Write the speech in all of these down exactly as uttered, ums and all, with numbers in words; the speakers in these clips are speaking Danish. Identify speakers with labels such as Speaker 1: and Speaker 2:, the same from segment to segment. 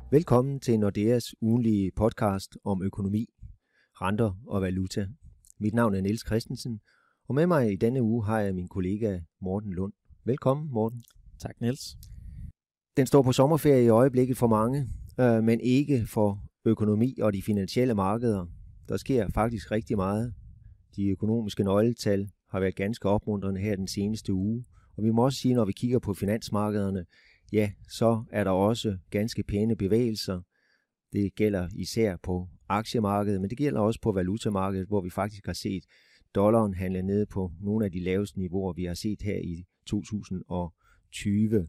Speaker 1: Velkommen til Nordeas ugenlige podcast om økonomi, renter og valuta. Mit navn er Niels Christensen, og med mig i denne uge har jeg min kollega Morten Lund. Velkommen, Morten.
Speaker 2: Tak, Niels.
Speaker 1: Den står på sommerferie i øjeblikket for mange, øh, men ikke for økonomi og de finansielle markeder. Der sker faktisk rigtig meget. De økonomiske nøgletal har været ganske opmuntrende her den seneste uge, og vi må også sige, når vi kigger på finansmarkederne, ja, så er der også ganske pæne bevægelser. Det gælder især på aktiemarkedet, men det gælder også på valutamarkedet, hvor vi faktisk har set dollaren handle ned på nogle af de laveste niveauer, vi har set her i to tusind og tyve.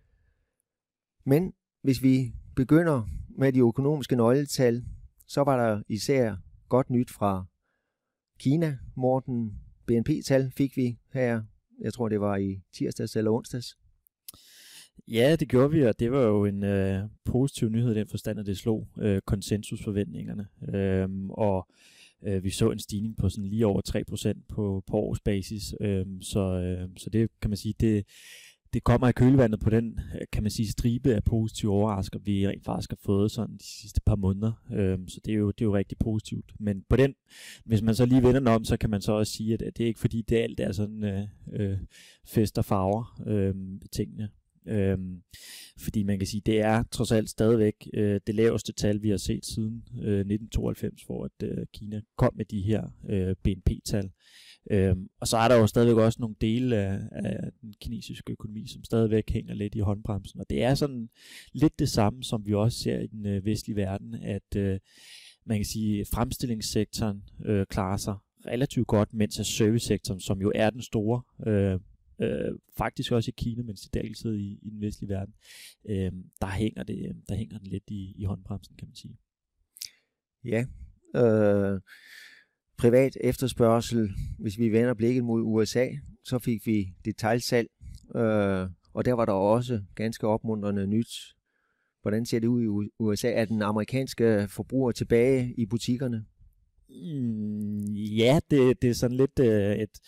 Speaker 1: Men hvis vi begynder med de økonomiske nøgletal, så var der især godt nyt fra Kina. Morten, B N P-tal fik vi her, jeg tror det var i tirsdags eller onsdags.
Speaker 2: Ja, det gjorde vi, og det var jo en øh, positiv nyhed i den forstand, at det slog øh, konsensusforventningerne. Øhm, og øh, vi så en stigning på sådan lige over tre procent på, på årsbasis. Øhm, så, øh, så det kan man sige, det, det kommer i kølvandet på den, kan man sige, stribe af positive overrasker, vi rent faktisk har fået sådan de sidste par måneder. Øhm, så det er, jo, det er jo rigtig positivt. Men på den, hvis man så lige vender den om, så kan man så også sige, at det er ikke fordi, det alt er sådan øh, øh, fest og farver øh, tingene. Øhm, fordi man kan sige, det er trods alt stadigvæk øh, det laveste tal, vi har set siden øh, nitten tooghalvfems, hvor at, øh, Kina kom med de her øh, B N P-tal. Øhm, og så er der jo stadigvæk også nogle dele af, af den kinesiske økonomi, som stadigvæk hænger lidt i håndbremsen. Og det er sådan lidt det samme, som vi også ser i den øh, vestlige verden, at øh, man kan sige, at fremstillingssektoren øh, klarer sig relativt godt, mens at servicesektoren, som jo er den store øh, Øh, faktisk også i Kina, men i dag i, i den vestlige verden, øh, der, hænger det, der hænger den lidt i, i håndbremsen, kan man sige.
Speaker 1: Ja, øh, privat efterspørgsel, hvis vi vender blikket mod U S A, så fik vi detailsalg, øh, og der var der også ganske opmuntrende nyt. Hvordan ser det ud i U S A? Er den amerikanske forbruger tilbage i butikkerne?
Speaker 2: Mm, ja, det, det er sådan lidt øh, et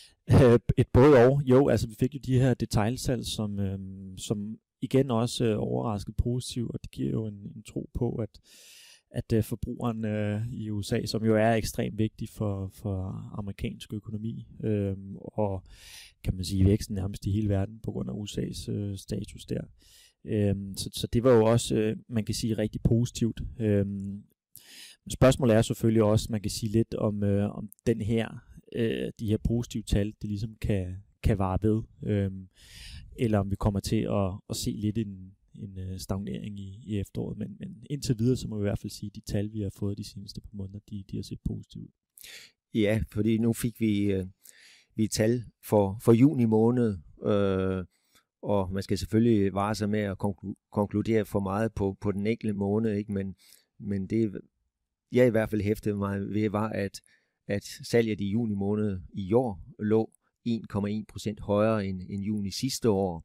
Speaker 2: Et både og. Jo, altså vi fik jo de her detailsalg, som, øhm, som igen også øh, overraskede positivt, og det giver jo en, en tro på, at, at øh, forbrugeren øh, i U S A, som jo er ekstremt vigtig for, for amerikansk økonomi, øh, og kan man sige væksten nærmest i hele verden på grund af U S A's øh, status der. Øh, så, så det var jo også, øh, man kan sige, rigtig positivt. Øh, spørgsmålet er selvfølgelig også, man kan sige lidt om, øh, om den her Øh, de her positive tal, det ligesom kan, kan vare ved, øhm, eller om vi kommer til at, at se lidt en, en stagnering i, i efteråret, men, men indtil videre, så må vi i hvert fald sige, at de tal, vi har fået de seneste par måneder, de, de har set positive ud.
Speaker 1: Ja, fordi nu fik vi, øh, vi tal for, for juni måned, øh, og man skal selvfølgelig vare sig med at konklu- konkludere for meget på, på den enkelte måned, ikke? Men, men det, jeg i hvert fald hæftede mig ved, var, at at salget i juni måned i år lå en komma en procent højere end, end juni sidste år.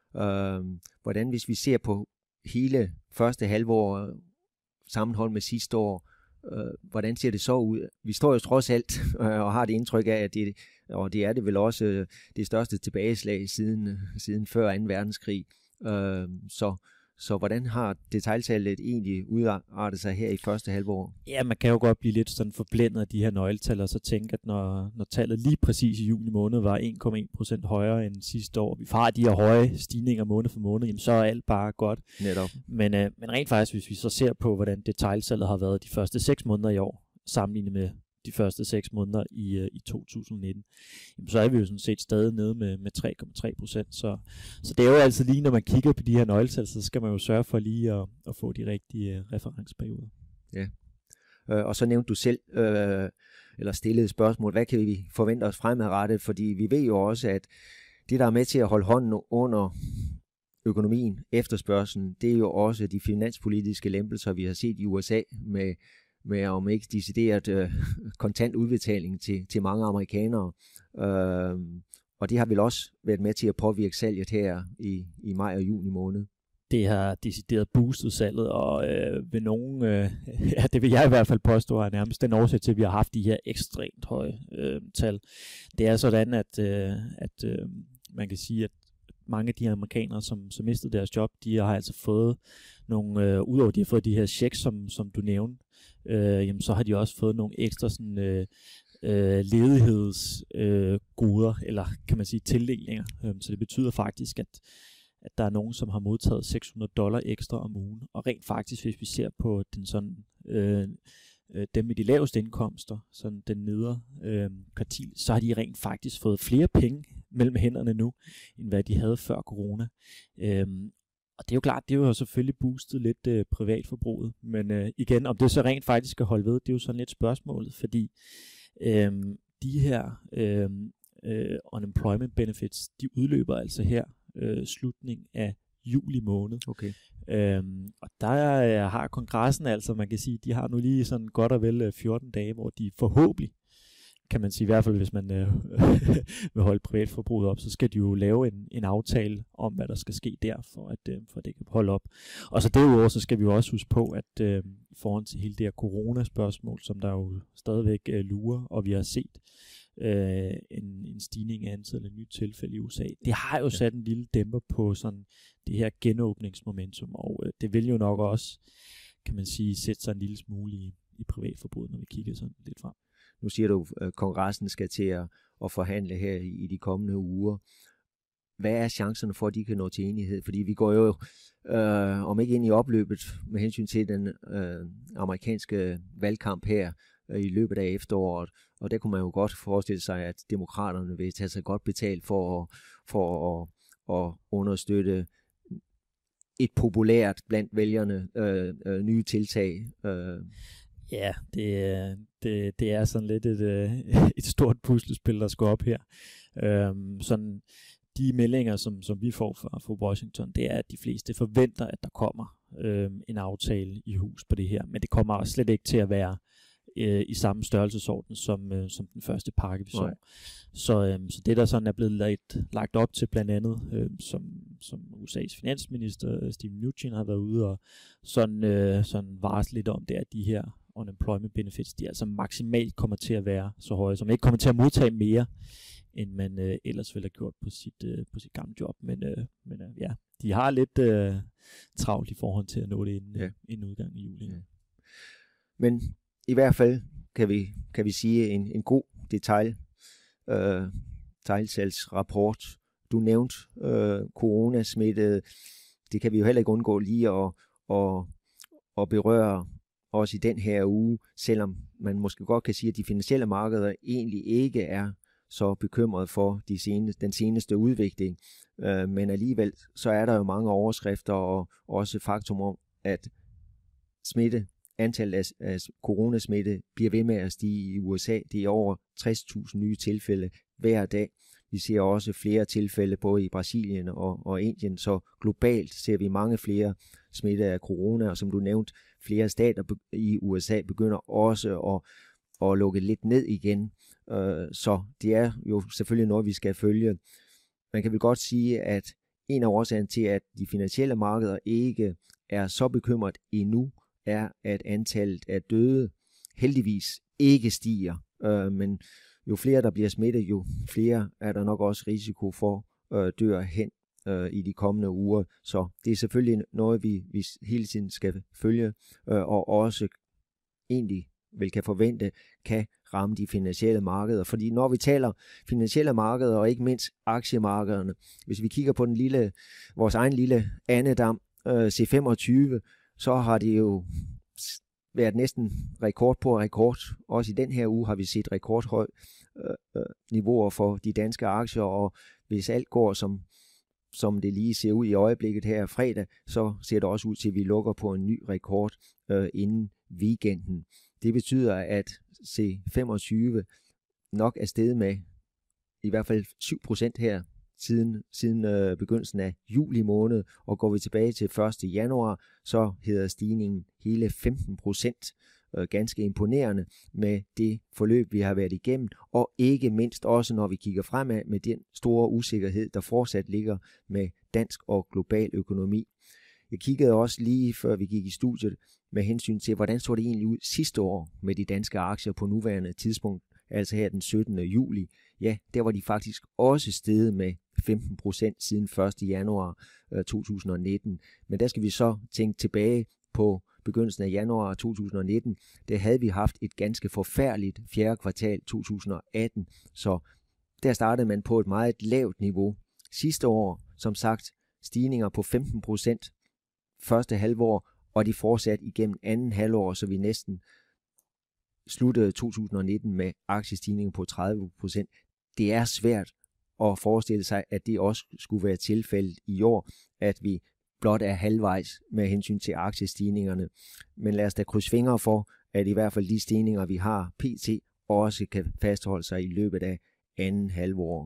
Speaker 1: Øh, hvordan hvis vi ser på hele første halvår sammenholdt med sidste år, øh, hvordan ser det så ud? Vi står jo trods alt øh, og har det indtryk af, at det, og det er det vel også øh, det største tilbageslag siden, siden før anden verdenskrig. Øh, så Så hvordan har detailtallet egentlig udartet sig her i første halvår?
Speaker 2: Ja, man kan jo godt blive lidt sådan forblændet af de her nøgletal, og så tænke, at når, når tallet lige præcis i juni måned var en komma en procent højere end sidste år, vi har de her høje stigninger måned for måned, jamen så er alt bare godt.
Speaker 1: Netop.
Speaker 2: Men, øh, men rent faktisk, hvis vi så ser på, hvordan detailtallet har været de første seks måneder i år, sammenlignet med de første seks måneder i, uh, i to tusind nitten, jamen, så er vi jo sådan set stadig nede med, med tre komma tre procent. Så, så det er jo altså lige, når man kigger på de her nøgletal, så skal man jo sørge for lige at, at få de rigtige uh, referenceperioder.
Speaker 1: Ja, øh, og så nævnte du selv, øh, eller stillede spørgsmål, hvad kan vi forvente os fremadrettet? Fordi vi ved jo også, at det, der er med til at holde hånden under økonomien, efterspørgselen, det er jo også de finanspolitiske lempelser, vi har set i U S A med med om ikke decideret øh, kontant udbetaling til, til mange amerikanere. Øh, og det har vel også været med til at påvirke salget her i, i maj og juni måned.
Speaker 2: Det har decideret boostet salget, og øh, ved nogen, øh, ja, det vil jeg i hvert fald påstå, er nærmest den årsag til, at vi har haft de her ekstremt høje øh, tal. Det er sådan, at, øh, at øh, man kan sige, at mange af de amerikanere, som, som mistede deres job, de har altså fået nogle, øh, udover de har fået de her checks, som, som du nævnte, øh, jamen, så har de også fået nogle ekstra sådan, øh, øh, ledighedsgoder, øh, eller kan man sige tildelinger. Øh, så det betyder faktisk, at, at der er nogen, som har modtaget seks hundrede dollar ekstra om ugen. Og rent faktisk, hvis vi ser på den sådan, øh, dem med de laveste indkomster, sådan den nedre øh, kvartil, så har de rent faktisk fået flere penge mellem hænderne nu, end hvad de havde før corona. Øhm, og det er jo klart, det er jo selvfølgelig boostet lidt øh, privatforbruget, men øh, igen, om det så rent faktisk skal holde ved, det er jo sådan lidt spørgsmålet, fordi øh, de her øh, øh, unemployment benefits, de udløber altså her øh, slutning af juli måned.
Speaker 1: Okay.
Speaker 2: Øhm, og der er, har kongressen altså, man kan sige, de har nu lige sådan godt og vel fjorten dage, hvor de forhåbentlig, kan man sige i hvert fald, hvis man øh, vil holde privatforbruget op, så skal de jo lave en, en aftale om, hvad der skal ske der, for at, øh, for at det kan holde op. Og så derudover, så skal vi jo også huske på, at øh, i forhold til hele det her coronaspørgsmål, som der jo stadigvæk øh, lurer, og vi har set øh, en, en stigning af antallet af nye tilfælde i U S A, det har jo sat en lille dæmper på sådan det her genåbningsmomentum, og øh, det vil jo nok også, kan man sige, sætte sig en lille smule i, i privatforbruget, når vi kigger sådan lidt frem.
Speaker 1: Nu siger du, at kongressen skal til at, at forhandle her i, i de kommende uger. Hvad er chancerne for, at de kan nå til enighed? Fordi vi går jo, øh, om ikke ind i opløbet, med hensyn til den øh, amerikanske valgkamp her øh, i løbet af efteråret, og der kunne man jo godt forestille sig, at demokraterne vil tage sig godt betalt for, for at, at understøtte et populært blandt vælgerne øh, øh, nye tiltag. Øh.
Speaker 2: Ja, det, det, det er sådan lidt et, et stort puslespil, der skal op her. Øhm, sådan de meldinger, som, som vi får fra, fra Washington, det er, at de fleste forventer, at der kommer øhm, en aftale i hus på det her, men det kommer slet ikke til at være øh, i samme størrelsesorden som, øh, som den første pakke, vi så. Så, øhm, så det, der sådan er blevet lagt, lagt op til blandt andet, øh, som, som U S A's finansminister Steven Mnuchin har været ude og sådan, øh, sådan varsle lidt om, det er, at de her unemployment benefits, de altså maksimalt kommer til at være så høje, som ikke kommer til at modtage mere, end man øh, ellers ville have gjort på sit, øh, på sit gamle job. Men, øh, men øh, ja, de har lidt øh, travlt i forhold til at nå det inden, ja. inden udgang i juli. Ja.
Speaker 1: Men i hvert fald kan vi, kan vi sige en, en god detalj, øh, detailsalgsrapport. Du nævnte øh, coronasmittede. Det kan vi jo heller ikke undgå lige at, at, at berøre også i den her uge, selvom man måske godt kan sige, at de finansielle markeder egentlig ikke er så bekymret for de seneste, den seneste udvikling. Øh, men alligevel så er der jo mange overskrifter og også faktum om, at smitte, antallet af, af coronasmitte bliver ved med at stige i U S A. Det er over tres tusind nye tilfælde hver dag. Vi ser også flere tilfælde både i Brasilien og, og Indien, så globalt ser vi mange flere smitte af corona, og som du nævnte, flere stater i U S A begynder også at, at lukke lidt ned igen. Så det er jo selvfølgelig noget, vi skal følge. Man kan vel godt sige, at en af årsagerne til, at de finansielle markeder ikke er så bekymret endnu, er, at antallet af døde heldigvis ikke stiger. Men jo flere der bliver smittet, jo flere er der nok også risiko for øh, dør hen øh, i de kommende uger. Så det er selvfølgelig noget, vi, vi hele tiden skal følge, øh, og også egentlig vel kan forvente, kan ramme de finansielle markeder. Fordi når vi taler finansielle markeder, og ikke mindst aktiemarkederne, hvis vi kigger på den lille, vores egen lille andedam, øh, C femogtyve, så har det jo været næsten rekord på rekord. Også i den her uge har vi set rekordhøj øh, niveauer for de danske aktier, og hvis alt går som, som det lige ser ud i øjeblikket her fredag, så ser det også ud til, at vi lukker på en ny rekord øh, inden weekenden. Det betyder, at C femogtyve nok er steget med i hvert fald syv procent her siden, siden øh, begyndelsen af juli måned, og går vi tilbage til første januar, så hedder stigningen hele femten procent. Øh, ganske imponerende med det forløb, vi har været igennem, og ikke mindst også, når vi kigger fremad med den store usikkerhed, der fortsat ligger med dansk og global økonomi. Jeg kiggede også lige før vi gik i studiet med hensyn til, hvordan så det egentlig ud sidste år med de danske aktier på nuværende tidspunkt. altså her den syttende juli, ja, der var de faktisk også steget med femten procent siden første januar to tusind nitten. Men der skal vi så tænke tilbage på begyndelsen af januar to tusind nitten. Der havde vi haft et ganske forfærdeligt fjerde kvartal to tusind atten, så der startede man på et meget lavt niveau. Sidste år, som sagt, stigninger på femten procent første halvår, og de fortsatte igennem anden halvår, så vi næsten sluttede to tusind nitten med aktiestigninger på tredive procent. Det er svært at forestille sig, at det også skulle være tilfældet i år, at vi blot er halvvejs med hensyn til aktiestigningerne. Men lad os da krydse fingre for, at i hvert fald de stigninger, vi har pt. Også kan fastholde sig i løbet af anden halvår.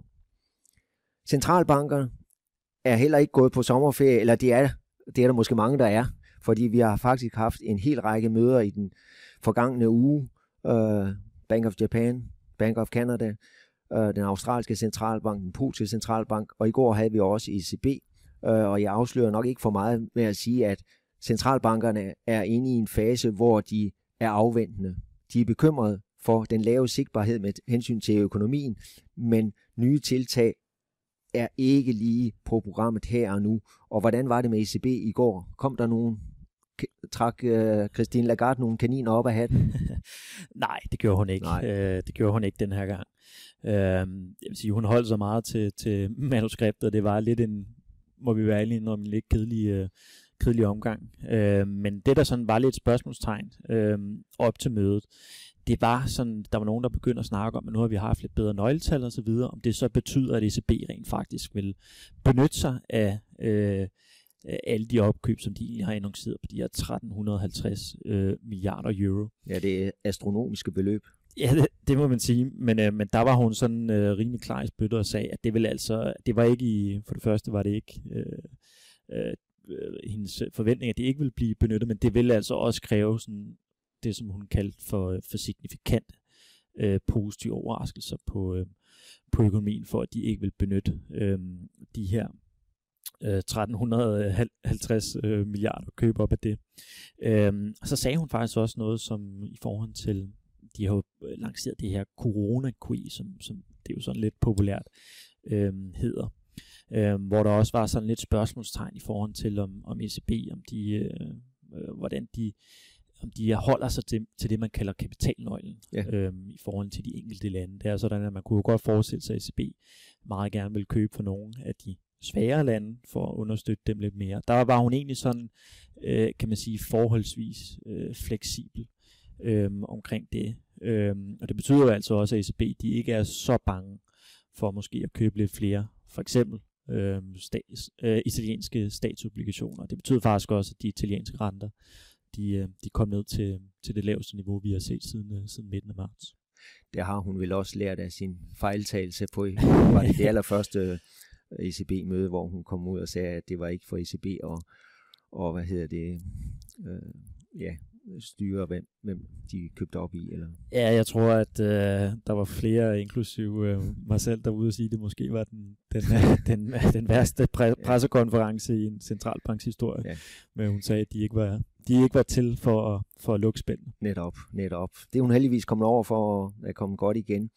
Speaker 1: Centralbanker er heller ikke gået på sommerferie, eller det er, det er der måske mange, der er, fordi vi har faktisk haft en hel række møder i den forgangne uge. Uh, Bank of Japan, Bank of Canada, uh, den australske centralbank, den polske centralbank, og i går havde vi også E C B, uh, og jeg afslører nok ikke for meget med at sige, at centralbankerne er inde i en fase, hvor de er afventende. De er bekymrede for den lave sigtbarhed med hensyn til økonomien, men nye tiltag er ikke lige på programmet her og nu. Og hvordan var det med E C B i går? Kom der nogen, trak uh, Christine Lagarde nogle kaniner op af hatten?
Speaker 2: Nej, det gjorde hun ikke. Øh, det gjorde hun ikke den her gang. Øh, jeg vil sige, hun holdt så meget til, til manuskriptet, det var lidt en, må vi være ærlige om, en lidt kedelig, øh, kedelig omgang. Øh, men det, der sådan var lidt spørgsmålstegn øh, op til mødet, det var sådan, der var nogen, der begyndte at snakke om, at nu har vi haft lidt bedre nøgletal og så videre, om det så betyder, at E C B rent faktisk vil benytte sig af øh, alle de opkøb, som de egentlig har annonceret på de her tretten halvtreds øh, milliarder euro.
Speaker 1: Ja, det er astronomiske beløb.
Speaker 2: Ja, det, det må man sige, men, øh, men der var hun sådan øh, rimelig klar i spyttet og sagde, at det ville altså, det var ikke i, for det første var det ikke øh, øh, hendes forventning, at det ikke ville blive benyttet, men det ville altså også kræve sådan det, som hun kaldte for, for signifikant øh, positive overraskelser på, øh, på økonomien, for at de ikke vil benytte øh, de her øh, tretten halvtreds øh, milliarder køb op af det. Øh, og så sagde hun faktisk også noget, som i forhold til, de har jo lanceret det her corona-Q E, som, som det er jo sådan lidt populært øh, hedder, øh, hvor der også var sådan lidt spørgsmålstegn i forhold til, om, om E C B, om de, øh, øh, hvordan de om de holder sig til, til det, man kalder kapitalnøglen, ja. øhm, i forhold til de enkelte lande. Det er sådan, at man kunne jo godt forestille sig, at E C B meget gerne vil købe for nogle af de svagere lande, for at understøtte dem lidt mere. Der var hun egentlig sådan, øh, kan man sige, forholdsvis øh, fleksibel øh, omkring det. Øh, og det betyder jo altså også, at E C B, de ikke er så bange for måske at købe lidt flere, for eksempel øh, stats, øh, italienske statsobligationer. Det betyder faktisk også, at de italienske renter, De, de kom ned til, til det laveste niveau, vi har set siden, siden midten af marts.
Speaker 1: Der har hun vel også lært af sin fejltagelse på var det, det allerførste E C B-møde, hvor hun kom ud og sagde, at det var ikke for E C B og, og hvad hedder det, øh, ja, styre, hvem, hvem de købte op i. Eller?
Speaker 2: Ja, jeg tror, at øh, der var flere, inklusive øh, mig selv, der var ude at sige, at det måske var den, den, den, den værste pre- pressekonference i en centralbankshistorie. Ja. Men hun sagde, at de ikke var, de ikke var til for at, for at lukke spænden.
Speaker 1: Netop, netop. Det er hun heldigvis kommet over for at komme godt igen.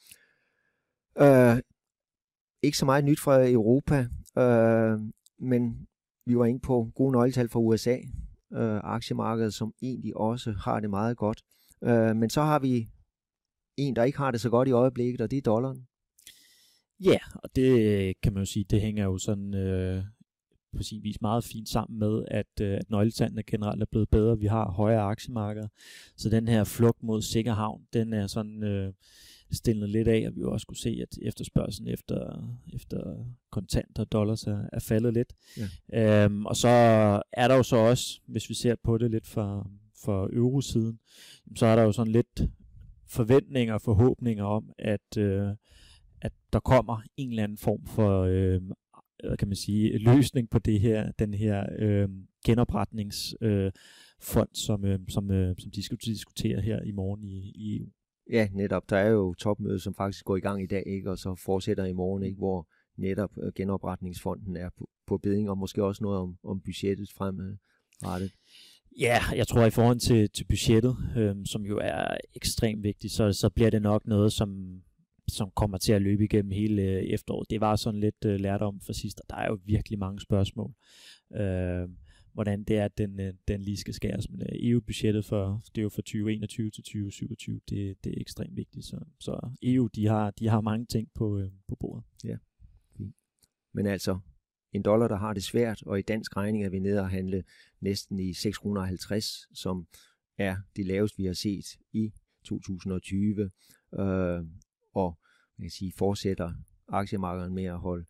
Speaker 1: Uh, ikke så meget nyt fra Europa, uh, men vi var inde på gode nøgletal fra U S A. Uh, aktiemarkedet, som egentlig også har det meget godt. Uh, men så har vi en, der ikke har det så godt i øjeblikket, og det er dollaren.
Speaker 2: Ja, yeah, og det kan man jo sige, det hænger jo sådan øh, på sin vis meget fint sammen med, at, øh, at nøgletallene generelt er blevet bedre. Vi har højere aktiemarkeder, så den her flugt mod sikker havn, den er sådan øh, stillet lidt af, og vi jo også kunne se, at efterspørgselen efter, efter kontanter og dollars er, er faldet lidt. Ja. Øhm, og så er der jo så også, hvis vi ser på det lidt fra, fra eurosiden, så er der jo sådan lidt forventninger og forhåbninger om, at, øh, at der kommer en eller anden form for øh, kan man sige, løsning på det her, den her øh, genopretningsfond, øh, fond, som, øh, som, øh, som de skal diskutere her i morgen i, i E U.
Speaker 1: Ja, netop. Der er jo topmøde, som faktisk går i gang i dag, ikke, og så fortsætter i morgen, ikke, hvor netop øh, genopretningsfonden er på, på beding, og måske også noget om, om budgettet fremadrettet.
Speaker 2: Ja, jeg tror i forhold til, til budgettet, øh, som jo er ekstremt vigtigt, så, så bliver det nok noget, som, som kommer til at løbe igennem hele øh, efteråret. Det var sådan lidt øh, lærdom for sidst, og der er jo virkelig mange spørgsmål. Øh, hvordan det er, at den, den lige skal skæres. Men E U-budgettet for, det er jo fra tyve enogtyve til tyve syvogtyve, det, det er ekstremt vigtigt. Så, så E U, de har, de har mange ting på, på bordet.
Speaker 1: Ja, fint. Men altså, en dollar, der har det svært, og i dansk regning er vi nede og handle næsten i seks kroner halvtreds, som er det laveste, vi har set i to tusind og tyve. Øh, og jeg kan sige, fortsætter aktiemarkederne med at holde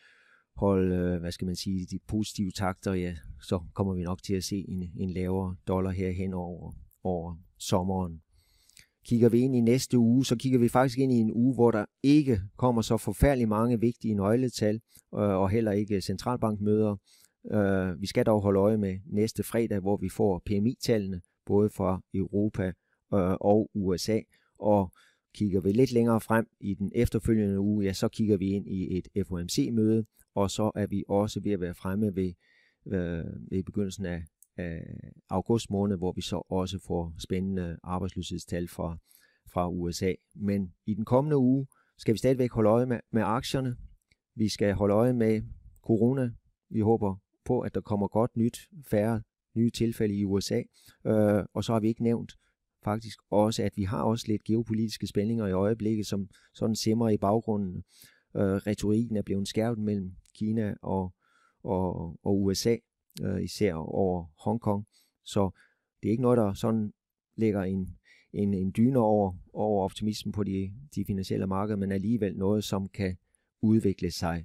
Speaker 1: holde, hvad skal man sige, de positive takter, ja, så kommer vi nok til at se en, en lavere dollar her hen over, over sommeren. Kigger vi ind i næste uge, så kigger vi faktisk ind i en uge, hvor der ikke kommer så forfærdeligt mange vigtige nøgletal, og heller ikke centralbankmøder. Vi skal dog holde øje med næste fredag, hvor vi får P M I-tallene, både fra Europa og U S A, og kigger vi lidt længere frem i den efterfølgende uge, ja, så kigger vi ind i et F O M C-møde, og så er vi også ved at være fremme ved, ved, ved begyndelsen af, af august måned, hvor vi så også får spændende arbejdsløshedstal fra, fra U S A. Men i den kommende uge skal vi stadigvæk holde øje med, med aktierne. Vi skal holde øje med corona. Vi håber på, at der kommer godt nyt, færre nye tilfælde i U S A. Øh, og så har vi ikke nævnt faktisk også, at vi har også lidt geopolitiske spændinger i øjeblikket, som sådan simmer i baggrunden. Øh, retorikken er blevet skærpet mellem Kina og, og, og U S A, øh, især over Hongkong. Så det er ikke noget, der sådan lægger en, en, en dyne over, over optimismen på de, de finansielle markeder, men alligevel noget, som kan udvikle sig.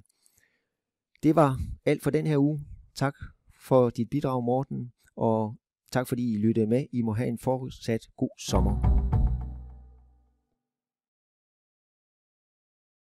Speaker 1: Det var alt for den her uge. Tak for dit bidrag, Morten, og tak fordi I lyttede med. I må have en fortsat god sommer.